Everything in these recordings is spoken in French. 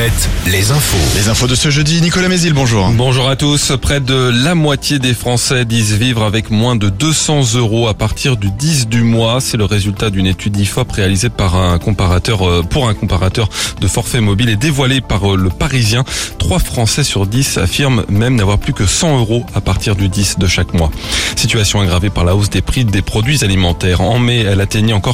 Alouette, les infos. Les infos de ce jeudi, Nicolas Mézil, bonjour. Bonjour à tous. Près de la moitié des Français disent vivre avec moins de 200 € à partir du 10 du mois. C'est le résultat d'une étude IFOP réalisée par un comparateur de forfait mobile et dévoilée par le Parisien. 3 Français sur 10 affirment même n'avoir plus que 100 € à partir du 10 de chaque mois. Situation aggravée par la hausse des prix des produits alimentaires. En mai, elle atteignait encore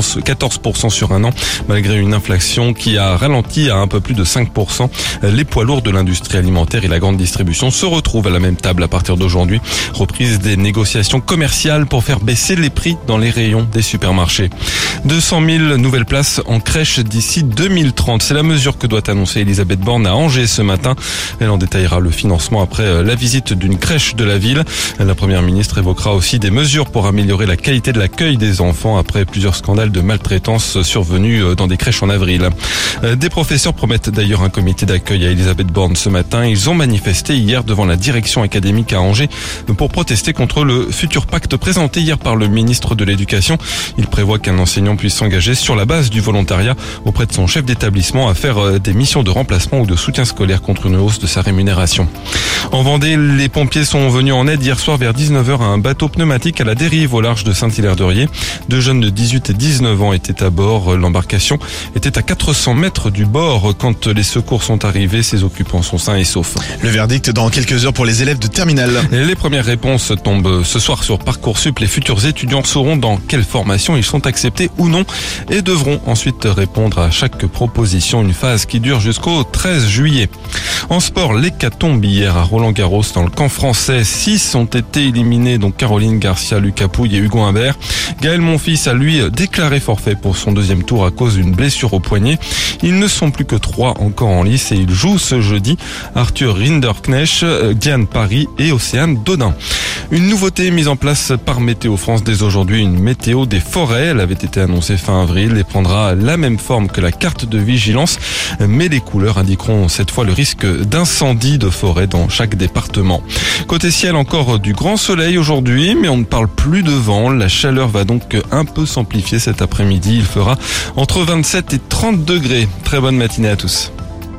14% sur un an, malgré une inflation qui a ralenti à un peu plus de 5%. Les poids lourds de l'industrie alimentaire et la grande distribution se retrouvent à la même table à partir d'aujourd'hui. Reprise des négociations commerciales pour faire baisser les prix dans les rayons des supermarchés. 200 000 nouvelles places en crèche d'ici 2030. C'est la mesure que doit annoncer Elisabeth Borne à Angers ce matin. Elle en détaillera le financement après la visite d'une crèche de la ville. La première ministre évoquera aussi des mesures pour améliorer la qualité de l'accueil des enfants après plusieurs scandales de maltraitance survenus dans des crèches en avril. Des professeurs promettent d'ailleurs un comité d'accueil à Elisabeth Borne ce matin. Ils ont manifesté hier devant la direction académique à Angers pour protester contre le futur pacte présenté hier par le ministre de l'Éducation. Il prévoit qu'un enseignant puisse s'engager sur la base du volontariat auprès de son chef d'établissement à faire des missions de remplacement ou de soutien scolaire contre une hausse de sa rémunération. En Vendée, les pompiers sont venus en aide hier soir vers 19h à un bateau pneumatique à la dérive au large de Saint-Hilaire-de-Riez. 2 jeunes de 18 et 19 ans étaient à bord. L'embarcation était à 400 mètres du bord quand les secours sont arrivés. Ses occupants sont sains et saufs. Le verdict dans quelques heures pour les élèves de terminale. Les premières réponses tombent ce soir sur Parcoursup. Les futurs étudiants sauront dans quelle formation ils sont acceptés ou non et devront ensuite répondre à chaque proposition. Une phase qui dure jusqu'au 13 juillet. En sport, l'hécatombe hier à Roland-Garros dans le camp français. 6 ont été éliminés, donc Caroline Garcia, Lucas Pouille et Hugo Humbert. Gaël Monfils a lui déclaré forfait pour son deuxième tour à cause d'une blessure au poignet. Ils ne sont plus que 3 encore en lice et ils jouent ce jeudi. Arthur Rinderknecht, Diane Paris et Océane Dodin. Une nouveauté mise en place par Météo France dès aujourd'hui, une météo des forêts. Elle avait été annoncée fin avril et prendra la même forme que la carte de vigilance, mais les couleurs indiqueront cette fois le risque d'incendie de forêt dans chaque département. Côté ciel, encore du grand soleil aujourd'hui, mais on ne parle plus de vent. La chaleur va donc un peu s'amplifier cet après-midi. Il fera entre 27 et 30 degrés. Très bonne matinée à tous.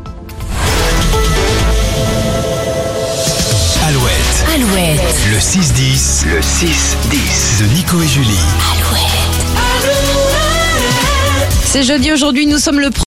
Alouette. Le 6-10. Le 6-10 de Nico et Julie. C'est jeudi aujourd'hui, nous sommes le